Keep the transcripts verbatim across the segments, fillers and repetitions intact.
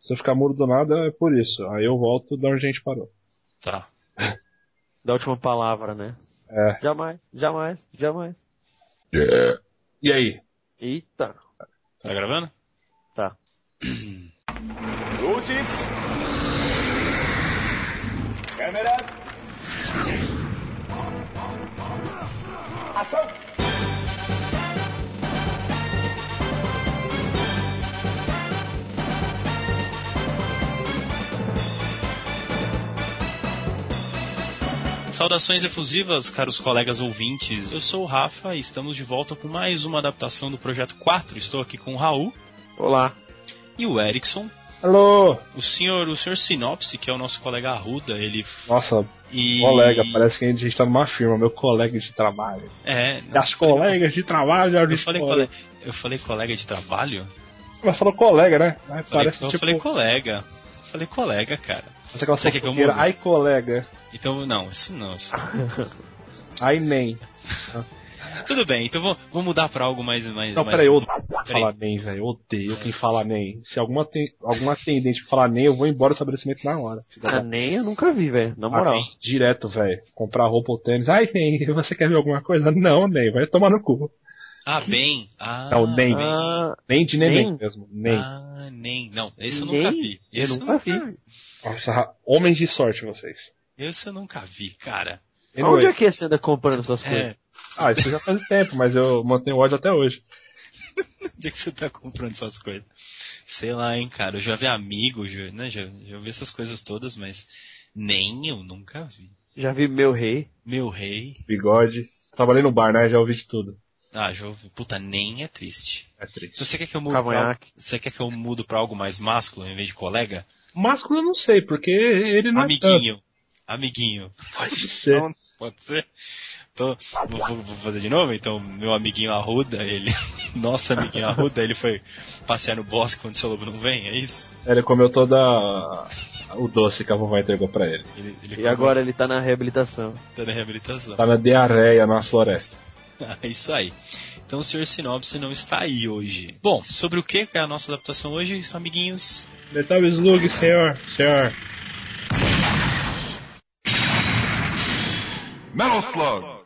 Se eu ficar mudo do nada, é por isso. Aí eu volto de onde a gente parou. Tá. Da última palavra, né? É. Jamais, jamais, jamais. Yeah. E aí? Eita. Tá gravando? Tá. Luzes. Câmera. Ação. Saudações efusivas, caros colegas ouvintes. Eu sou o Rafa e estamos de volta com mais uma adaptação do Projeto quatro. Estou aqui com o Raul. Olá. E o Erickson. Alô! O senhor, o senhor Sinopse, que é o nosso colega Arruda, ele... Nossa, e... colega, parece que a gente tá numa firma, meu colega de trabalho. É... Não, As colegas de trabalho... Eu falei, cole... eu falei colega de trabalho? Mas falou colega, né? Ai, Falei, parece, eu tipo... falei colega. Eu falei colega, cara. Você, Você quer que eu mude? mude? Ai, colega. Então, não, isso não. Isso... Ai, nem. Tudo bem, então vou, vou mudar pra algo mais... mais Não, mais... peraí, eu odeio falar nem, velho. Eu odeio quem fala nem. Se alguma, tem, alguma atendente falar nem, eu vou embora do estabelecimento na hora. Ah, nem eu nunca vi, velho. Na moral. Ah, direto, velho. Comprar roupa ou tênis. Ai, nem, você quer ver alguma coisa? Não, nem. Vai tomar no cu. Ah, bem. Ah, Não, nem. Ah, nem de neném nem? mesmo. Nem. Ah, nem. Não, esse eu Nem? nunca vi. Esse Eu eu nunca nunca vi. vi. Nossa, homens de sorte vocês. Esse eu nunca vi, cara. Anyway. Onde é que você anda comprando suas coisas? É. Ah, isso já faz tempo, mas eu mantenho ódio até hoje. Onde é que você tá comprando essas coisas? Sei lá, hein, cara. Eu já vi amigo, já, né? Já, já vi essas coisas todas, mas nem eu nunca vi. Já vi Meu Rei. Meu rei. Bigode. Trabalhei no bar, né? Já ouvi de tudo. Ah, já ouvi. Puta, nem é triste. É triste. Então, você quer que eu mude pra algo, Cavanhaque. você quer que eu mudo pra algo mais másculo em vez de colega? Másculo eu não sei, porque ele não Amiguinho. Amiguinho. é tanto. Pode ser. Não, pode ser? Então, vou, vou- vou fazer de novo? Então, meu amiguinho Arruda, ele... Nosso amiguinho Arruda, ele foi passear no bosque quando o seu lobo não vem, é isso? Ele comeu toda a- o doce que a vovó entregou pra ele. Ele, ele E comeu- agora ele tá na reabilitação. tá na reabilitação. Tá na diarreia na floresta. É isso aí. Então o senhor Sinopse não está aí hoje. Bom, sobre o que é a nossa adaptação hoje, amiguinhos? Metal Slug, senhor, senhor. Metal Slug.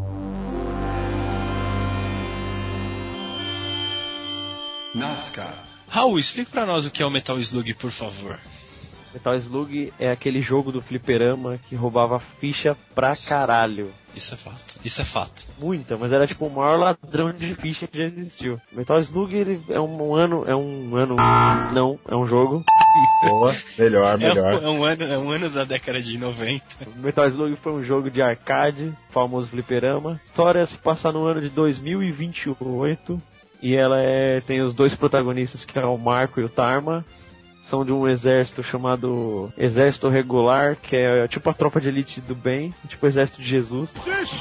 NASCAR. Raul, explica pra nós o que é o Metal Slug, por favor. Metal Slug é aquele jogo do fliperama que roubava ficha pra caralho. Isso é fato. Isso é fato. Muita, mas era tipo o maior ladrão de ficha que já existiu. Metal Slug ele é um ano, é um ano, não, é um jogo. Boa, melhor, É um, melhor. é um ano, é um ano da década de noventa. Metal Slug foi um jogo de arcade, famoso fliperama. A história se passa no ano de dois mil e vinte e oito e ela é, tem os dois protagonistas que é o Marco e o Tarma. São de um exército chamado Exército Regular, que é tipo a tropa de elite do bem, tipo o Exército de Jesus.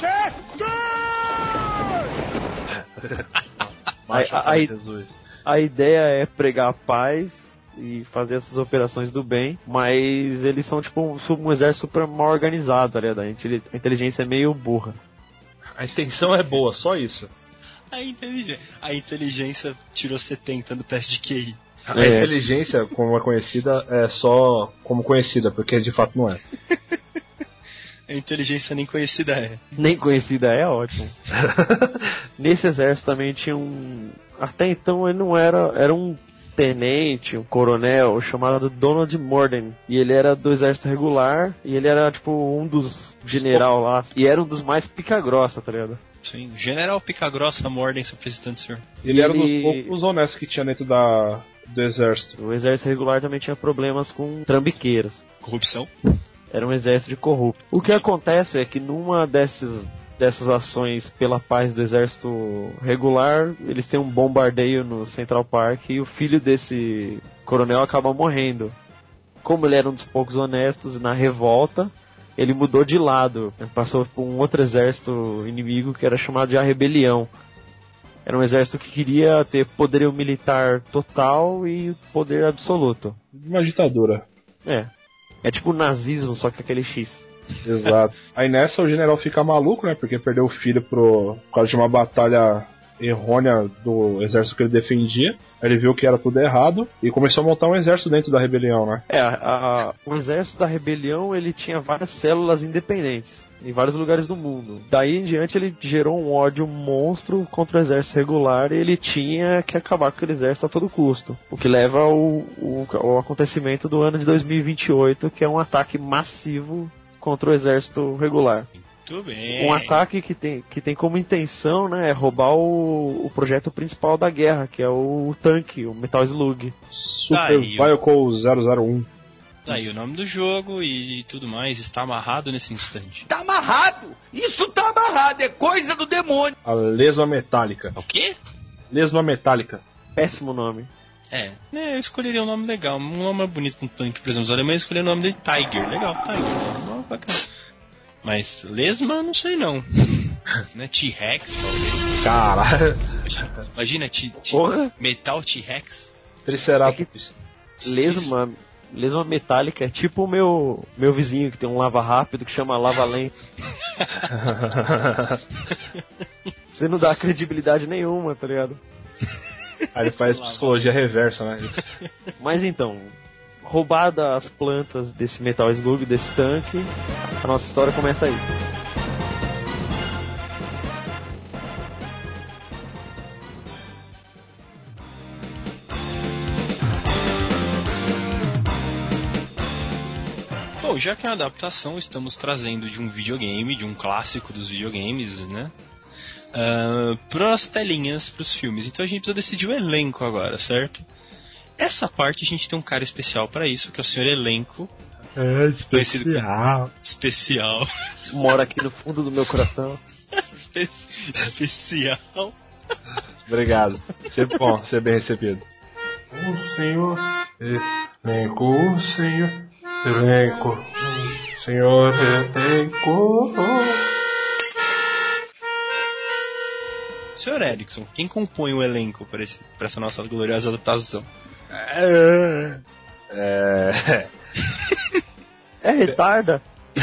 A, a, a, Jesus. a ideia é pregar a paz e fazer essas operações do bem, mas eles são tipo um, um exército super mal organizado, tá ligado? A inteli- a inteligência é meio burra. A intenção é boa, só isso. A inteligência, a inteligência tirou setenta no teste de Q I. A É. inteligência, como é conhecida, é só como conhecida, porque de fato não é. A inteligência nem conhecida é. Nem conhecida é ótimo. Nesse exército também tinha um... Até então ele não era... Era um tenente, um coronel chamado Donald Morden. E ele era do exército regular. E ele era tipo um dos general lá. E era um dos mais pica-grossa, tá ligado? Sim, General Pica-Grossa Morden, seu presidente, senhor. Ele era um dos Ele- poucos honestos que tinha dentro da, do exército. O exército regular também tinha problemas com trambiqueiros. Corrupção. Era um exército de corruptos. O que acontece é que numa dessas, dessas ações pela paz do exército regular, eles têm um bombardeio no Central Park e o filho desse coronel acaba morrendo. Como ele era um dos poucos honestos, na revolta, ele mudou de lado. Passou por um outro exército inimigo que era chamado de a Rebelião. Era um exército que queria ter poderio militar total e poder absoluto. Uma ditadura. É. É tipo o nazismo, só que aquele X. Exato. Aí nessa o general fica maluco, né? Porque perdeu o filho pro, por causa de uma batalha errônea do exército que ele defendia. Aí ele viu que era tudo errado e começou a montar um exército dentro da rebelião, né? É, a, a, o exército da rebelião, ele tinha várias células independentes em vários lugares do mundo. Daí em diante ele gerou um ódio monstro contra o exército regular e ele tinha que acabar com aquele exército a todo custo. O que leva ao, ao, ao acontecimento do ano de dois mil e vinte e oito, que é um ataque massivo contra o exército regular. Muito bem. Um ataque que tem, que tem como intenção, né, é roubar o, o projeto principal da guerra, que é o tanque, o Metal Slug. Super Vehicle zero zero um. Tá aí o nome do jogo e tudo mais está amarrado nesse instante. Tá amarrado! Isso tá amarrado, é coisa do demônio! A lesma metálica. O quê? Lesma metálica. Péssimo nome. É, né, eu escolheria um nome legal, um nome bonito com um tanque, por exemplo, os alemães escolheram o nome de Tiger, legal, Tiger, um bacana. Mas lesma, não sei não. Né, T-Rex, talvez. Caralho. Imagina, imagina t- t- Porra. Metal T-Rex. Triceratops. Lesma, lesma metálica é tipo o meu, meu vizinho que tem um lava rápido que chama lava lento. Você não dá credibilidade nenhuma, tá ligado? Aí ele faz psicologia reversa, né? Mas então, roubada as plantas desse Metal Slug, desse tanque, a nossa história começa aí. Bom, já que é uma adaptação, estamos trazendo de um videogame, de um clássico dos videogames, né? Uh, para as telinhas, para os filmes. Então a gente precisa decidir o elenco agora, certo? Essa parte a gente tem um cara especial para isso, que é o senhor Elenco. É, especial. Especial. Mora aqui no fundo do meu coração. Espe- especial. Obrigado. Sempre bom ser bem recebido. O senhor elenco, o senhor elenco, o senhor elenco. senhor Erickson, quem compõe o elenco para essa nossa gloriosa adaptação? É. É. É retarda?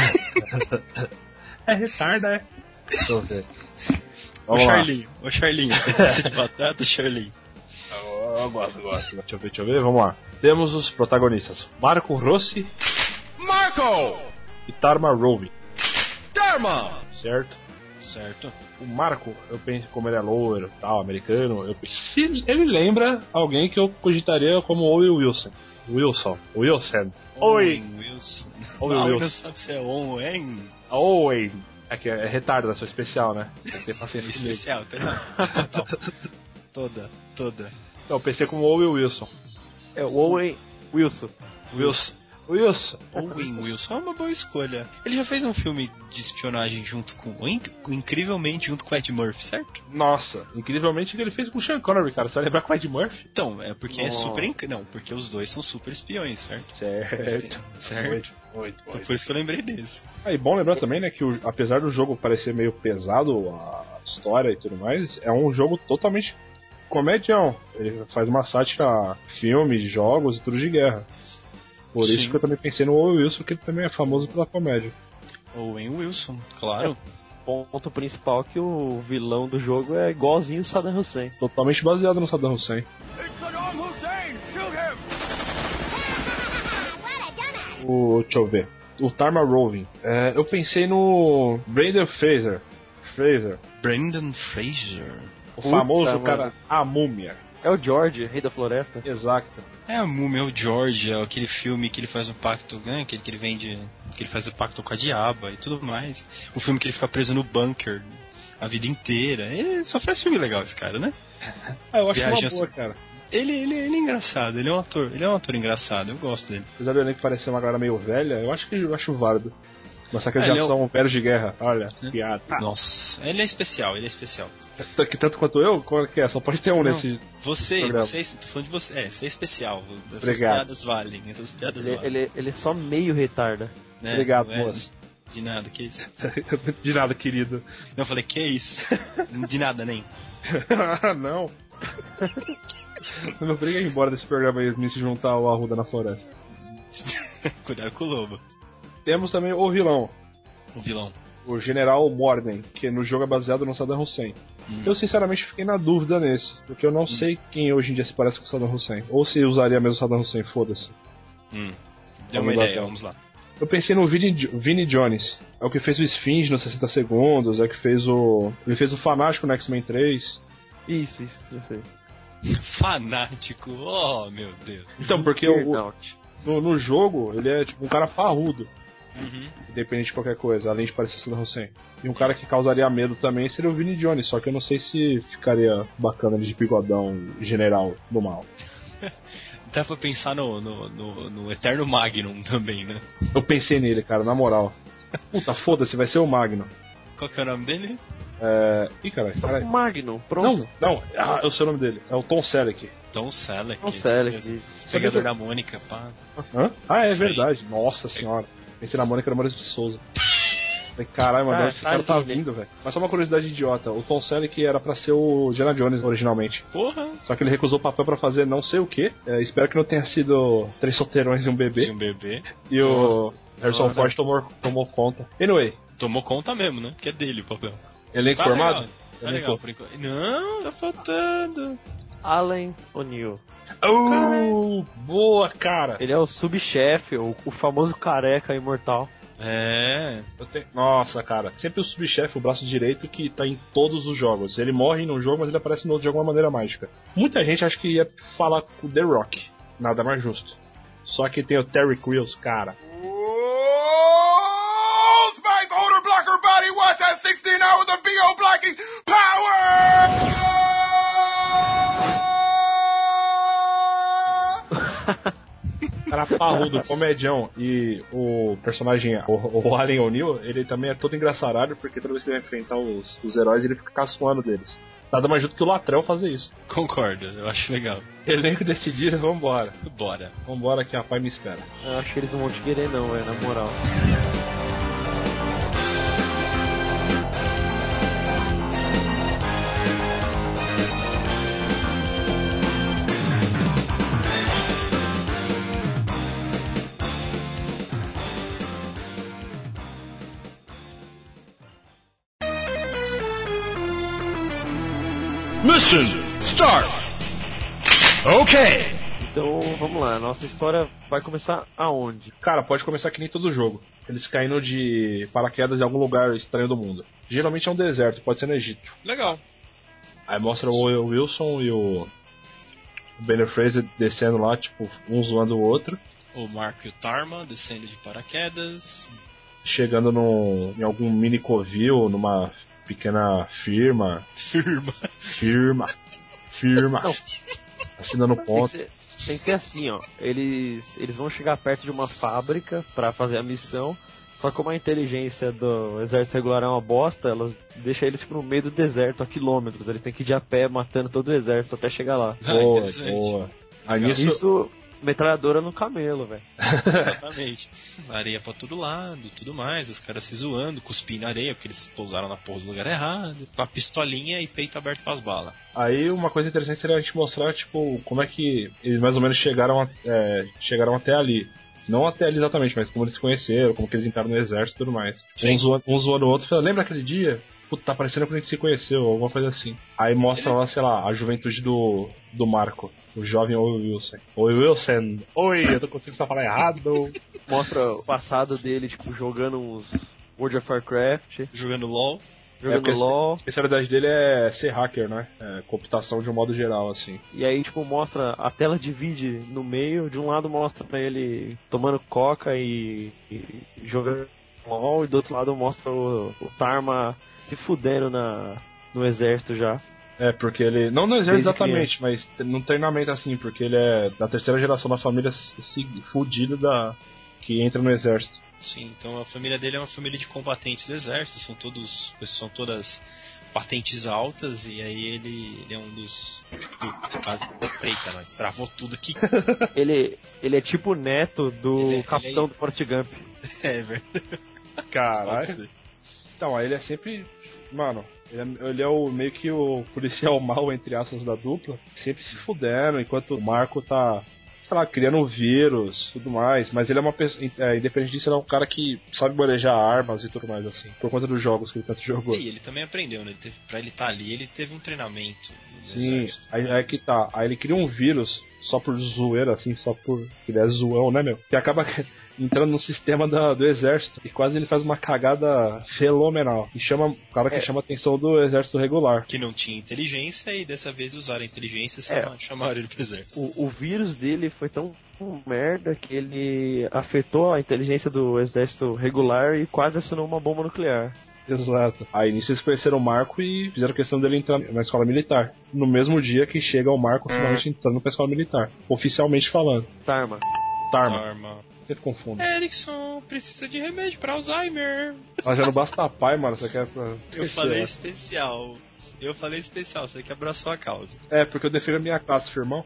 É retarda, é. Deixa eu ver. O Vamos lá. Charlinho, o Charlinho, você gosta de batata, Charlinho? Eu, eu gosto, eu gosto. Deixa eu ver, deixa eu ver, vamos lá. Temos os protagonistas: Marco Rossi, Marco! e Tarma Roving, Dharma! certo? Certo. O Marco, eu penso como ele é loiro, tal, americano, eu penso, se ele lembra alguém que eu cogitaria como Owen Wilson. Wilson. Wilson. Oi. Wilson. Owen Não, Wilson. não sabe se é Owen. Owen. É que é retardo, eu sou especial, né? Tem que ter É paciência comigo. especial, tá não. Total. Toda, toda. Não, eu pensei como Owen Wilson. É o Owen Wilson. Wilson. Wilson. Owen Wilson é uma boa escolha. Ele já fez um filme de espionagem junto com... inc- incrivelmente junto com o Ed Murphy, certo? Nossa, incrivelmente o que ele fez com o Sean Connery, cara. Você vai lembrar com o Ed Murphy? Então, é porque é Nossa. super... Inc... Não, porque os dois são super espiões, certo? Certo. Certo. Oito, oito, Então oito. por isso que eu lembrei desse. Ah, e bom lembrar também, né, que o- apesar do jogo parecer meio pesado, a história e tudo mais, é um jogo totalmente comedião. Ele faz uma sátira a filmes, jogos e tudo de guerra. Por Sim. isso que eu também pensei no Owen Wilson, que ele também é famoso pela comédia. Owen Wilson, claro. Ponto principal é que o vilão do jogo é igualzinho o Saddam Hussein. Totalmente baseado no Saddam Hussein. Saddam Hussein! Shoot him! O, deixa eu ver. O Tarma Roving. É, eu pensei no Brendan Fraser. Fraser. Brendan Fraser. O Puta, famoso mano. cara, a múmia. É o George, rei da floresta. Exato. É a múmia, é o George, é aquele filme que ele faz um pacto, né? Aquele que ele vende. Que ele faz o pacto com a diaba e tudo mais. O filme que ele fica preso no bunker a vida inteira. Ele só faz filme legal, esse cara, né? Ah, eu acho Viagem uma boa, cara. Ele, ele, ele é engraçado, ele é um ator, ele é um ator engraçado, eu gosto dele. Apesar do elenco parecer uma galera meio velha, eu acho que eu acho válido. Uma saca de É, ele é ação, velhos de guerra. Olha, piada. Nossa, ele é especial, ele é especial. T- Que tanto quanto eu? Qual que é? Só pode ter um Não, nesse. Você, programa. você, tô falando de você, é, você é especial. Essas Obrigado. piadas valem, essas piadas Ele, valem. ele, ele é só meio retarda. né? Obrigado, Não é moço. De nada, que isso? De nada, querido. Não, eu falei, que isso? De nada, nem. Não. Não me obriga a ir embora desse programa aí, me se juntar ao Arruda na Floresta. Cuidado com o lobo. Temos também o vilão. O vilão. o General Morden, que no jogo é baseado no Saddam Hussein. Hum. Eu sinceramente fiquei na dúvida nesse, porque eu não hum. sei quem hoje em dia se parece com o Saddam Hussein. Ou se usaria mesmo o Saddam Hussein, foda-se. Hum. Deu uma ideia, vamos lá. Eu pensei no Vinnie, Vinnie Jones. É o que fez o Sphinx nos sessenta segundos, é o que fez o... Ele fez o Fanático no X-Men três. Isso, isso, eu sei. Fanático, oh meu Deus. Então, porque o, no, no jogo, ele é tipo um cara parrudo. Uhum. Independente de qualquer coisa, além de parecer Saddam Hussein. E um cara que causaria medo também seria o Vinnie Jones, só que eu não sei se ficaria bacana ele de bigodão general do mal. Dá pra pensar no, no, no, no Eterno Magnum também, né? Eu pensei nele, cara, na moral. Puta, foda-se, vai ser o Magnum. Qual que é o nome dele? É... Ih, caralho, caralho. Magnum, pronto. Não, não, ah, eu sei o nome dele. É o Tom Selleck. Tom Selleck. Tom Selleck. Pegador da Mônica, pá. Hã? Ah, é verdade. Nossa senhora. Pensei na Mônica, era Maurício de Souza. Caralho, mano, ah, esse cara tá vindo, velho. Mas só uma curiosidade idiota. O Tom Selleck era pra ser o Indiana Jones originalmente. Porra! Só que ele recusou o papel pra fazer não sei o que. É, espero que não tenha sido Três Solteirões e um Bebê. E um bebê. E o Harrison Ford tomou, tomou conta. Anyway. Tomou conta mesmo, né? Que é dele o papel. Elenco tá formado? Legal. Tá legal por enquanto. Não, tá faltando. Allen O'Neill. Oh, boa, cara. Ele é o subchefe, o, o famoso careca imortal. É. Eu tenho... Nossa, cara. Sempre o subchefe, o braço direito, que tá em todos os jogos. Ele morre num jogo, mas ele aparece no outro de alguma maneira mágica. Muita gente acha que ia falar com o The Rock. Nada mais justo. Só que tem o Terry Crews, cara. Oh, Space Holder Blocker Body Wash at sixteen hours of B O blocking power! Cara parrudo, comedião. E o personagem, o, o Allen O'Neill, ele também é todo engraçarado, porque toda vez que ele vai enfrentar os, os heróis, ele fica caçoando deles. Nada mais justo que o Latrão fazer isso. Concordo, eu acho legal. Elenco decidido, vambora. Bora. Vambora que a pai me espera. Eu acho que eles não vão te querer não, velho, na moral. Mission start. Ok. Então, vamos lá, nossa história vai começar aonde? Cara, pode começar que nem todo jogo. Eles caindo de paraquedas em algum lugar estranho do mundo. Geralmente é um deserto, pode ser no Egito. Legal. Aí mostra o Wilson e o Banner Fraser descendo lá, tipo, um zoando o outro. O Mark e o Tarma descendo de paraquedas. Chegando num, em algum mini covil, numa pequena firma. Firma. Firma. Firma. Não. Assinando ponto. Tem que, ser, tem que ser assim, ó. Eles, eles vão chegar perto de uma fábrica pra fazer a missão. Só que como a inteligência do exército regular é uma bosta, ela deixa eles tipo, no meio do deserto a quilômetros. Eles têm que ir de a pé matando todo o exército até chegar lá. Ah, boa, boa. Aí, nisso... Isso, metralhadora no camelo, velho. Exatamente. Areia pra todo lado, tudo mais. Os caras se zoando, cuspindo areia, porque eles pousaram na porra do lugar errado. Com a pistolinha e peito aberto pras balas. Aí uma coisa interessante seria a gente mostrar, tipo, como é que eles mais ou menos chegaram, a, é, chegaram até ali. Não até ali exatamente, mas como eles se conheceram, como que eles entraram no exército e tudo mais. Um zoando, um zoando o outro, fala, lembra aquele dia? Puta, tá parecendo quando a gente se conheceu, alguma coisa assim. Aí mostra lá, sei lá, a juventude do, do Marco. O jovem Owen Wilson. Oi, Wilson. Oi, eu tô conseguindo só falar errado. Mostra o passado dele, tipo, jogando uns World of Warcraft. Jogando LOL. Jogando é LOL. A especialidade dele é ser hacker, né? É, computação de um modo geral, assim. E aí, tipo, mostra, a tela divide no meio. De um lado mostra pra ele tomando coca e, e jogando LOL. E do outro lado mostra o, o Tarma se fudendo na, no exército já. É, porque ele... Não no exército exatamente, mas num treinamento assim, porque ele é da terceira geração da família fudida da... que entra no exército. Sim, então a família dele é uma família de combatentes do exército, são todos... são todas patentes altas, e aí ele, ele é um dos... Eita, nós travou tudo aqui. ele, ele é tipo o neto do ele, capitão ele é... do Forrest Gump. É verdade. Caralho. Então, aí ele é sempre... Mano... Ele é, ele é o, meio que o policial mal, entre aspas, da dupla, sempre se fudendo, enquanto o Marco tá sei lá, criando um vírus, tudo mais, mas ele é uma pessoa, é, independente disso, ele é um cara que sabe manejar armas e tudo mais, assim, por conta dos jogos que ele tanto jogou. E ele também aprendeu, né? Ele teve, pra ele estar ali, ele teve um treinamento. Sim, aí, aí que tá, aí ele cria um vírus, só por zoeira, assim, só por... ele é zoão, né, meu? Que acaba entrando no sistema da, do exército, e quase ele faz uma cagada fenomenal, e chama, o cara que é. chama a atenção do exército regular. Que não tinha inteligência, e dessa vez usaram a inteligência e é. chamaram ele pro exército. O, o vírus dele foi tão merda que ele afetou a inteligência do exército regular e quase acionou uma bomba nuclear. Exato. Aí nisso eles conheceram o Marco e fizeram questão dele entrar na escola militar. No mesmo dia que chega o Marco finalmente entrando pra escola militar. Oficialmente falando. Tarma. Tarma. Tarma. Você confunde. Erickson precisa de remédio pra Alzheimer. Mas já não basta pai, mano. Você quer... Pra... Eu falei especial. Eu falei especial. Você que abraçou a causa. É, porque eu defendo a minha classe, irmão.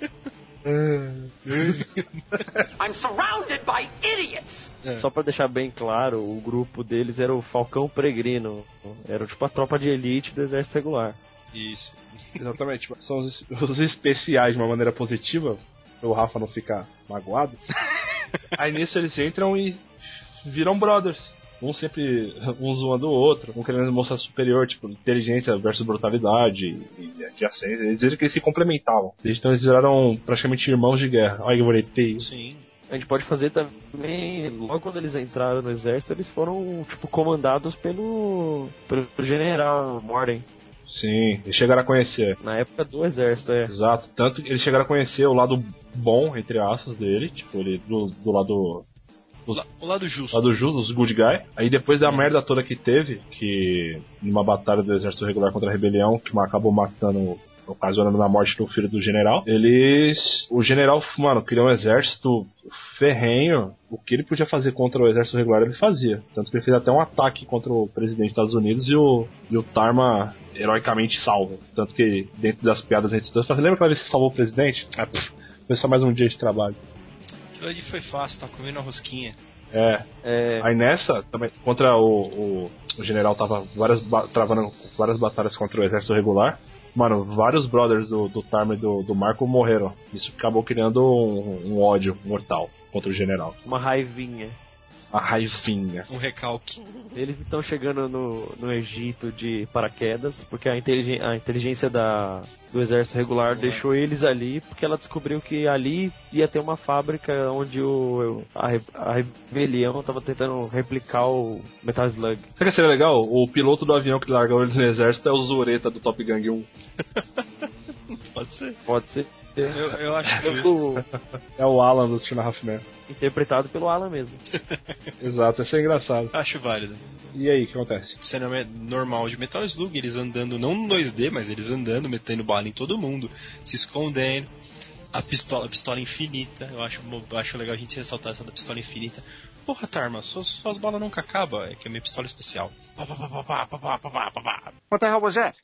I'm surrounded by idiots! É. Só pra deixar bem claro, o grupo deles era o Falcão Peregrino. Era tipo a tropa de elite do exército regular. Isso. Exatamente. São os, os especiais de uma maneira positiva, o Rafa não ficar magoado. Aí nisso eles entram e viram brothers. Um sempre, um zoando o outro, um querendo mostrar superior, tipo, inteligência versus brutalidade e adjacência. Eles diziam que eles se complementavam. Então eles viraram praticamente irmãos de guerra. Olha que bonito. Sim. A gente pode fazer também, logo quando eles entraram no exército, eles foram, tipo, comandados pelo, pelo general Morden. Sim, eles chegaram a conhecer. Na época do exército, é. Exato, tanto que eles chegaram a conhecer o lado bom, entre aspas, dele, tipo, ele do, do lado... Do, o lado justo. O lado justo, os good guy. Aí depois da merda toda que teve, que numa batalha do exército regular contra a rebelião, que acabou matando, ocasionando na morte do filho do general, eles... O general, mano, criou um exército ferrenho. O que ele podia fazer contra o exército regular, ele fazia. Tanto que ele fez até um ataque contra o presidente dos Estados Unidos e o, e o Tarma heroicamente salva. Tanto que dentro das piadas entre todos, você lembra aquela vez que salvou o presidente? Ah, pff, foi só mais um dia de trabalho. Aquilo ali foi fácil, tá comendo a rosquinha. É. é. Aí nessa, também, contra o, o, o general tava várias, travando várias batalhas contra o exército regular. Mano, vários brothers do, do Tarma e do, do Marco morreram. Isso acabou criando um, um ódio mortal contra o general. Uma raivinha. A raivinha. Um recalque. Eles estão chegando no, no Egito de paraquedas, porque a, inteligen- a inteligência da, do exército regular uhum. deixou eles ali, porque ela descobriu que ali ia ter uma fábrica onde o, a, a rebelião estava tentando replicar o Metal Slug. Sabe o que seria legal? O piloto do avião que largou eles no exército é o Zureta do Top Gun um. Pode ser. Pode ser. Eu, eu acho justo. É o Alan do Tina Halfman. Interpretado pelo Alan mesmo. Exato, isso é engraçado. Acho válido. E aí, o que acontece? Cena normal de Metal Slug, eles andando, não no dois D, mas eles andando, metendo bala em todo mundo, se escondendo. A pistola, a pistola infinita. Eu acho, eu acho legal a gente ressaltar essa da pistola infinita. Porra, Tarma, suas, suas balas nunca acabam. É que é minha pistola especial. What the hell was that?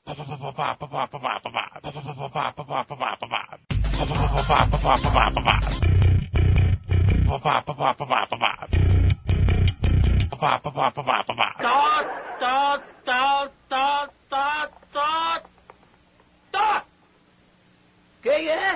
Quem é?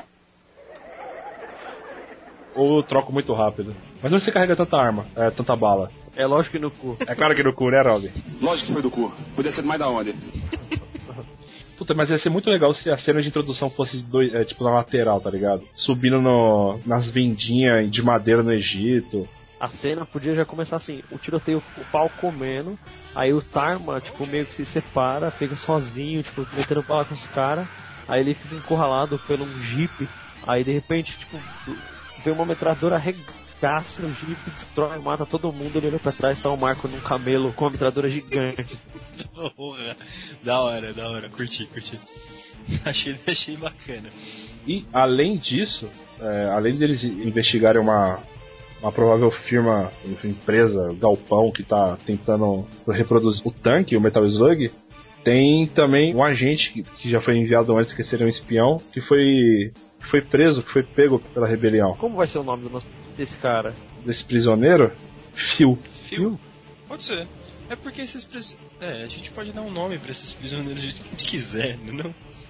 Ou eu troco muito rápido. Mas onde você carrega tanta arma? É, tanta bala? É lógico que no cu. É claro que no cu, né, Robin? Lógico que foi do cu. Podia ser mais da onde? Puta, mas ia ser muito legal se a cena de introdução fosse dois, é, tipo na lateral, tá ligado? Subindo no, nas vendinhas de madeira no Egito. A cena podia já começar assim, o tiroteio, o pau comendo, aí o Tarma, tipo, meio que se separa, fica sozinho, tipo, metendo bala com os caras, aí ele fica encurralado por um jeep, aí de repente, tipo, vem uma metralhadora, arregaça o jeep, destrói, mata todo mundo, ele olha pra trás, tá o Marco num camelo com uma metralhadora gigante. Porra, da hora, da hora, curti, curti. Achei, achei bacana. E, além disso, é, além deles investigarem uma, uma provável firma, empresa, galpão, que tá tentando reproduzir o tanque, o Metal Slug, tem também um agente que, que já foi enviado antes, que seria um espião, que foi, que foi preso, que foi pego pela rebelião. Como vai ser o nome do nosso, desse cara? Desse prisioneiro? Phil. Phil? Pode ser. É porque esses prisioneiros... É, a gente pode dar um nome pra esses prisioneiros de que quiser, não?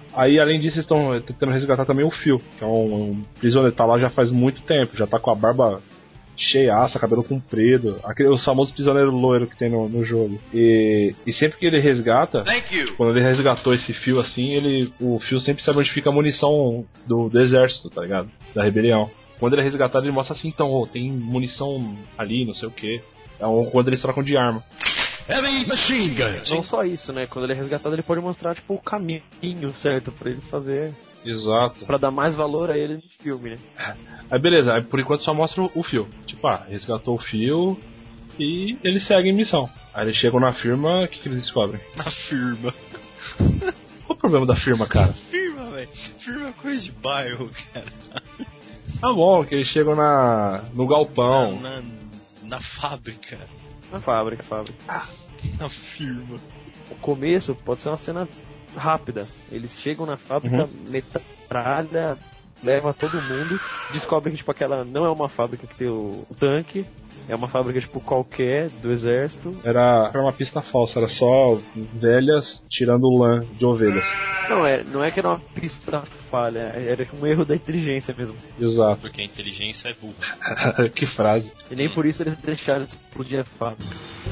Aí, além disso, eles estão tentando resgatar também o Phil, que é um, um prisioneiro, tá lá já faz muito tempo, já tá com a barba cheiaça, cabelo comprido, aquele, o famoso prisioneiro loiro que tem no, no jogo. E, e sempre que ele resgata, quando ele resgatou esse Phil assim, ele, o Phil sempre sabe onde fica a munição do, do exército, tá ligado? Da rebelião. Quando ele é resgatado, ele mostra assim, então, oh, tem munição ali, não sei o que. É um, quando eles trocam de arma. Não só isso, né? Quando ele é resgatado, ele pode mostrar, tipo, o caminho certo pra ele fazer. Exato. Pra dar mais valor a ele no filme, né? Aí beleza, aí por enquanto só mostra o Phil. Tipo, ah, resgatou o Phil e eles seguem missão. Aí eles chegam na firma, o que, que eles descobrem? Na firma. Qual o problema da firma, cara? Firma, velho. Firma é coisa de bairro, cara. Tá bom, que eles chegam na no galpão. Na, na, na fábrica. Na fábrica, fábrica. Ah, na firma. O começo pode ser uma cena rápida. Eles chegam na fábrica, uhum. metralha, leva todo mundo, descobrem que tipo, aquela não é uma fábrica que tem o, o tanque, é uma fábrica tipo qualquer do exército. Era, era uma pista falsa, era só velhas tirando lã de ovelhas. Não, é, não é que era uma pista falha, era um erro da inteligência mesmo. Exato. Porque a inteligência é burra. Que frase. E nem por isso eles deixaram de explodir a fábrica.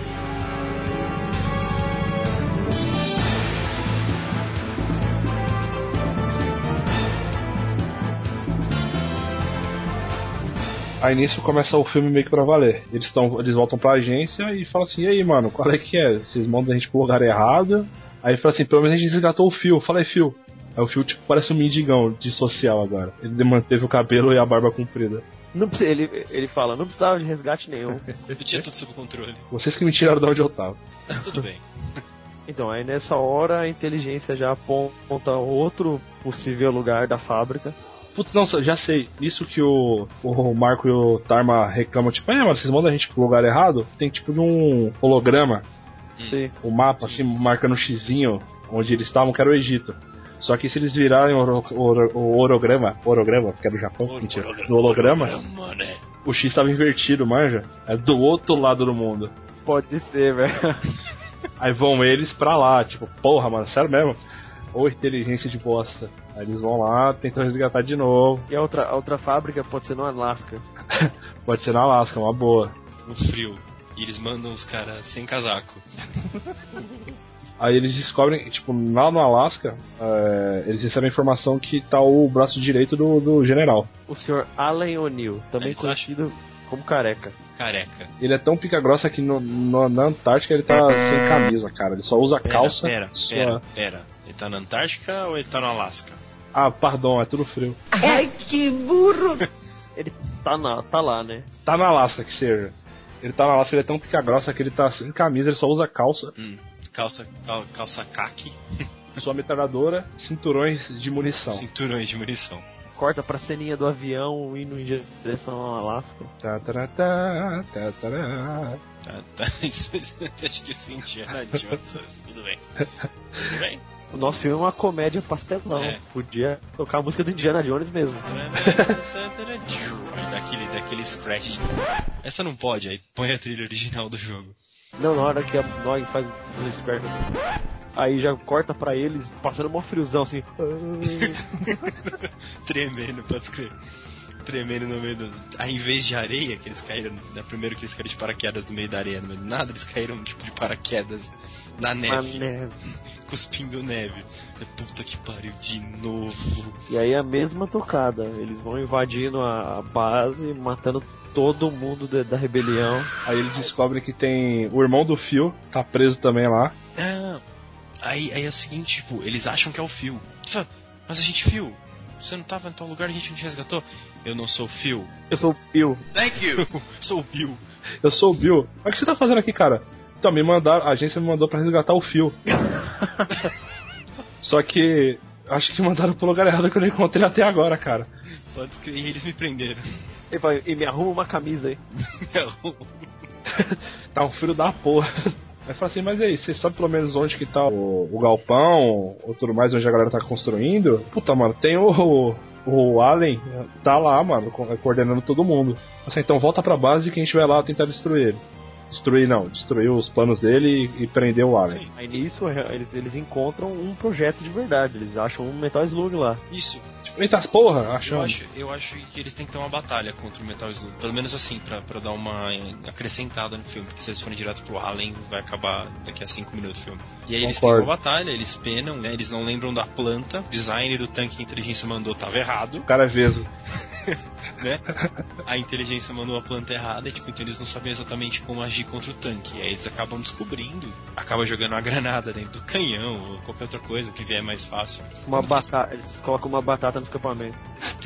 Aí nisso começa o filme meio que pra valer. Eles, tão, eles voltam pra agência e falam assim, e aí mano, qual é que é? Vocês mandam a gente pro lugar errado. Aí fala assim, pelo menos a gente resgatou o Phil. Fala aí, Phil. Aí o Phil tipo, parece um mendigão de social agora. Ele manteve o cabelo e a barba comprida. Não precisa, ele, ele fala, não precisava de resgate nenhum. Eu tinha tudo sob controle. Vocês que me tiraram de onde eu tava. Mas tudo bem. Então, aí nessa hora a inteligência já aponta outro possível lugar da fábrica. Putz, não, já sei. Isso que o, o Marco e o Tarma reclamam, tipo, é, mano, vocês mandam a gente pro lugar errado? Tem tipo de um holograma. Sim. O mapa, Sim. assim, marcando um xizinho onde eles estavam, que era o Egito. Só que se eles virarem o, o, o orograma, orograma, que é do Japão, o, mentira, no holograma, holograma né? O X estava invertido, manja? É do outro lado do mundo. Pode ser, velho. Aí vão eles pra lá, tipo, porra, mano, sério mesmo? Ou inteligência de bosta. Aí eles vão lá, tentam resgatar de novo. E a outra, a outra fábrica pode ser no Alasca. Pode ser no Alasca, uma boa. No frio. E eles mandam os caras sem casaco. Aí eles descobrem, tipo, lá no Alasca, é, eles recebem a informação que tá o braço direito do, do general. O senhor Allen O'Neill, também eles conhecido acham... como Careca. Careca. Ele é tão pica grossa que no, no, na Antártica ele tá sem camisa, cara. Ele só usa pera, calça. Pera, sua... pera, pera. Ele tá na Antártica ou ele tá no Alasca? Ah, pardon, é tudo frio. Ai, que burro! Ele tá, na, tá lá, né? Tá na Alasca, que seja. Ele tá na Alasca, ele é tão pica grossa que ele tá sem camisa, ele só usa calça. Hum, calça, cal, calça caqui. Sua metralhadora, cinturões de munição. Cinturões de munição. Corta pra ceninha do avião indo em direção ao Alasca. Tá, tá, tá, tá, tá. Tá, tá. Isso, acho que isso é Indiana Jones, mas tudo bem. Tudo bem? O nosso filme é uma comédia pastelão. É. Podia tocar a música do Indiana Jones mesmo. daquele, daquele scratch. Essa não pode, aí põe a trilha original do jogo. Não, na hora que a Nog faz um esperto assim. Aí já corta pra eles, passando mó friozão assim. Tremendo, pode crer. Tremendo no meio do... Aí, em vez de areia, que eles caíram... Né, primeiro que eles caíram de paraquedas no meio da areia, no meio do nada, eles caíram tipo de paraquedas na neve. Na neve. Cuspindo neve. Puta que pariu, de novo. E aí a mesma tocada. Eles vão invadindo a base, matando todo mundo de, da rebelião. Aí eles descobrem que tem... O irmão do Phil tá preso também lá. Ah, aí, aí é o seguinte, tipo, eles acham que é o Phil. Mas a gente, Phil, você não tava em tal lugar, a gente não te resgatou. Eu não sou o Phil. Eu sou o Bill. Thank you. Sou o Bill. Eu sou o Bill. Mas o que você tá fazendo aqui, cara? Então, me mandaram, a agência me mandou pra resgatar o Phil. Só que acho que mandaram pro lugar errado que eu não encontrei até agora, cara. Pode crer, e eles me prenderam. E, vai, e me arruma uma camisa aí. Me arruma. Tá um frio da porra. Aí fala assim, mas aí, você sabe pelo menos onde que tá o, o galpão, ou tudo mais, onde a galera tá construindo? Puta, mano, tem o... O Allen tá lá, mano, coordenando todo mundo. Assim, então volta pra base que a gente vai lá tentar destruir ele. destruir não, destruiu os planos dele e, e prendeu o Allen. Sim. Aí nisso eles, eles encontram um projeto de verdade, eles acham um Metal Slug lá. Isso. Eita porra, Eu achando. acho, eu acho que eles têm que ter uma batalha contra o Metal Slug. Pelo menos assim, pra, pra dar uma acrescentada no filme. Porque se eles forem direto pro Allen, vai acabar daqui a cinco minutos o filme. E aí eles têm Concordo. uma batalha, eles penam, né? Eles não lembram da planta. O design do tanque que a inteligência mandou tava errado, O cara é veso. né? A inteligência mandou a planta errada, e, tipo, então eles não sabem exatamente como agir contra o tanque. E aí eles acabam descobrindo, acabam jogando uma granada dentro do canhão, ou qualquer outra coisa, o que vier mais fácil. Uma batata, eles colocam uma batata no escapamento.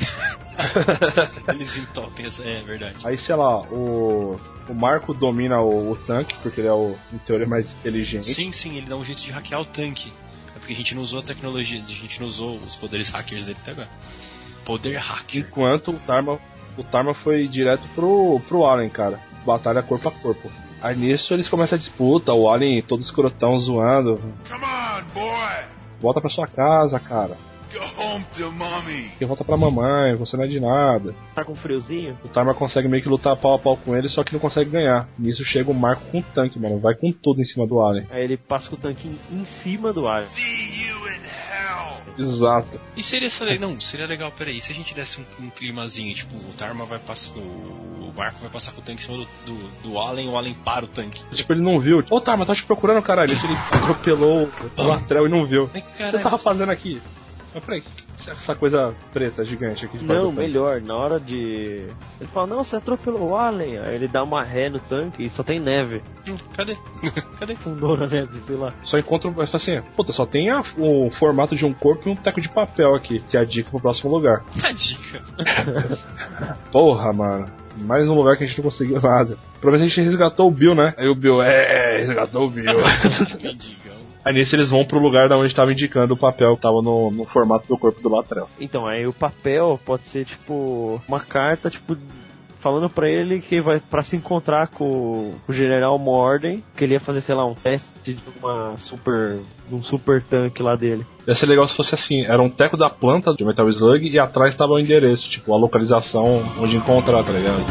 Eles entopem essa. É verdade. Aí, sei lá, o, o Marco domina o, o tanque, porque ele é o, em teoria, mais inteligente. Sim, sim, ele dá um jeito de hackear o tanque. É porque a gente não usou a tecnologia, a gente não usou os poderes hackers dele até agora. Poder hacker. Enquanto o Tarma, o Tarma foi direto pro, pro Allen, cara. Batalha corpo a corpo. Aí nisso eles começam a disputa, o Allen todo escrotão zoando. Come on, boy. Volta pra sua casa, cara. Go home to mommy. Que volta pra mamãe, você não é de nada. Tá com friozinho? O Tarma consegue meio que lutar pau a pau com ele, só que não consegue ganhar. Nisso chega o Marco com o tanque, mano. Vai com tudo em cima do Allen. Aí ele passa com o tanque em, em cima do ar. See you in hell. Exato. E seria essa não, seria legal, peraí, se a gente desse um, um climazinho, tipo, o Tarma vai passar, o Marco vai passar com o tanque em cima do, do, do Allen, o Allen para o tanque. Tipo, ele não viu. Ô, Tarma, tá te procurando, caralho. Isso ele atropelou o Latrell e não viu. Ai, O que caralho. você tava fazendo aqui? Mas peraí, que é essa coisa preta gigante aqui de Não, do tanque? melhor, na hora de... Ele fala, não, você atropelou o Allen. Aí ele dá uma ré no tanque e só tem neve. Hum, Cadê? Cadê? Fundou na neve, sei lá. Só encontra um. Assim, puta, só tem a- o formato de um corpo e um teco de papel aqui, que é a dica pro próximo lugar. A dica. Porra, mano. Mais um lugar que a gente não conseguiu nada. Pelo menos a gente resgatou o Bill, né? Aí o Bill, é, resgatou o Bill. Mendigão. Aí nisso eles vão pro lugar da onde tava indicando o papel que tava no, no formato do corpo do Latrell. Então, aí o papel pode ser, tipo, uma carta, tipo, falando pra ele que vai pra se encontrar com o General Morden, que ele ia fazer, sei lá, um teste de uma super... de um super tanque lá dele. Ia ser legal se fosse assim, era um teco da planta de Metal Slug e atrás tava o endereço, tipo, a localização onde encontrar, tá ligado?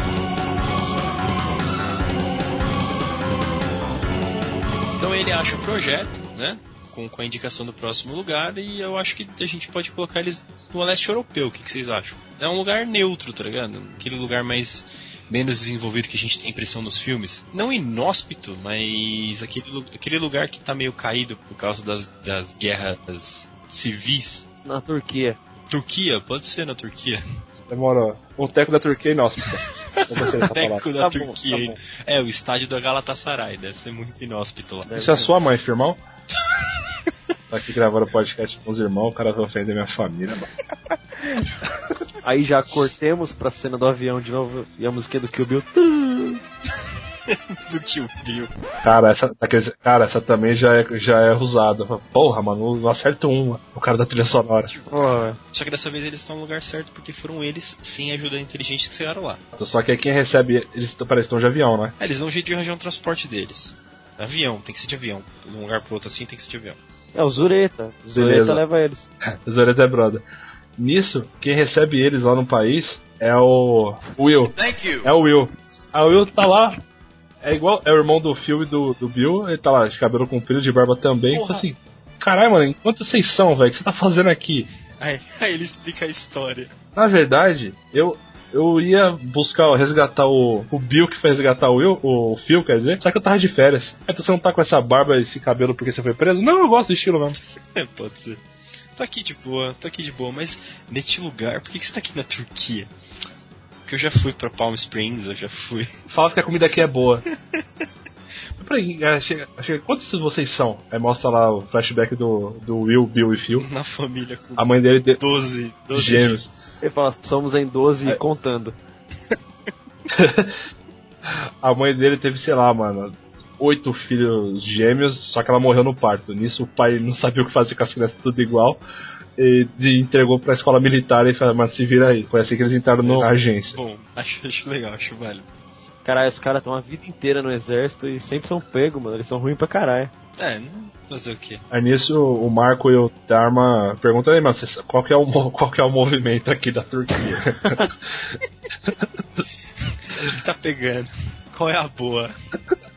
Então ele acha o projeto, né? Com, com a indicação do próximo lugar, e eu acho que a gente pode colocar eles no leste europeu. O que, que vocês acham? É um lugar neutro, tá ligado? Aquele lugar mais menos desenvolvido que a gente tem impressão nos filmes. Não inóspito, mas aquele, lu- aquele lugar que tá meio caído por causa das, das guerras civis. Na Turquia. Turquia? Pode ser na Turquia. Demorou. Um teco da Turquia inóspita. Eu gostei dessa palavra. Teco da Tá bom, Turquia. tá bom. É, o estádio da Galatasaray. Deve ser muito inóspito lá. Isso é a sua mãe, firmão? Tá aqui gravando podcast com os irmãos, o cara vai ofender minha família, mano. Aí já cortemos pra cena do avião de novo e a musiquinha do Kill Bill. Do Kill Bill. Cara, essa, aqueles- cara, essa também já é, já é usada. Porra, mano, não acerto uma. O cara da trilha sonora. Porra. Só que dessa vez eles estão no lugar certo porque foram eles, sem ajuda inteligente, que chegaram lá. Só que aí quem recebe, eles parece que estão de avião, né? É, eles dão um jeito de arranjar um transporte deles. Avião, tem que ser de avião. De um lugar pro outro assim tem que ser de avião. É o Zureta. O Zureta Beleza. leva eles. Zoreta é brother. Nisso, quem recebe eles lá no país é o Will. Thank you. É o Will. Aí o Will tá lá, é igual, é o irmão do filme do, do Bill, ele tá lá de cabelo comprido, de barba também. Porra. Então assim, caralho, mano, enquanto vocês são, velho, o que você tá fazendo aqui? Aí, aí ele explica a história. Na verdade, eu, eu ia buscar, resgatar o, o Bill que foi resgatar o Will, o Phil, quer dizer, só que eu tava de férias. Aí você não tá com essa barba e esse cabelo porque você foi preso? Não, eu gosto do estilo mesmo. É, pode ser. Tô aqui de boa, tô aqui de boa, mas neste lugar, por que, que você tá aqui na Turquia? Porque eu já fui pra Palm Springs, eu já fui. Fala que a comida aqui é boa. Peraí, é, chega, chega, quantos vocês são? Aí mostra lá o flashback do, do Will, Bill e Phil. Na família com A mãe dele de doze, doze gêmeos. Ele fala, somos em doze e É. contando. A mãe dele teve, sei lá, mano, oito filhos gêmeos, só que ela morreu no parto. Nisso o pai não sabia o que fazer com as crianças tudo igual. E de- entregou pra escola militar e falou, mas se vira aí. Foi assim que eles entraram na agência. Bom, acho, acho legal, acho válido. Caralho, os caras estão a vida inteira no exército e sempre são pegos, mano. Eles são ruins pra caralho. É, não fazer o quê? Aí nisso o Marco e o Dharma perguntam aí, mano, vocês- qual que é o, mo- qual que é o movimento aqui da Turquia? O que tá pegando? Qual é a boa?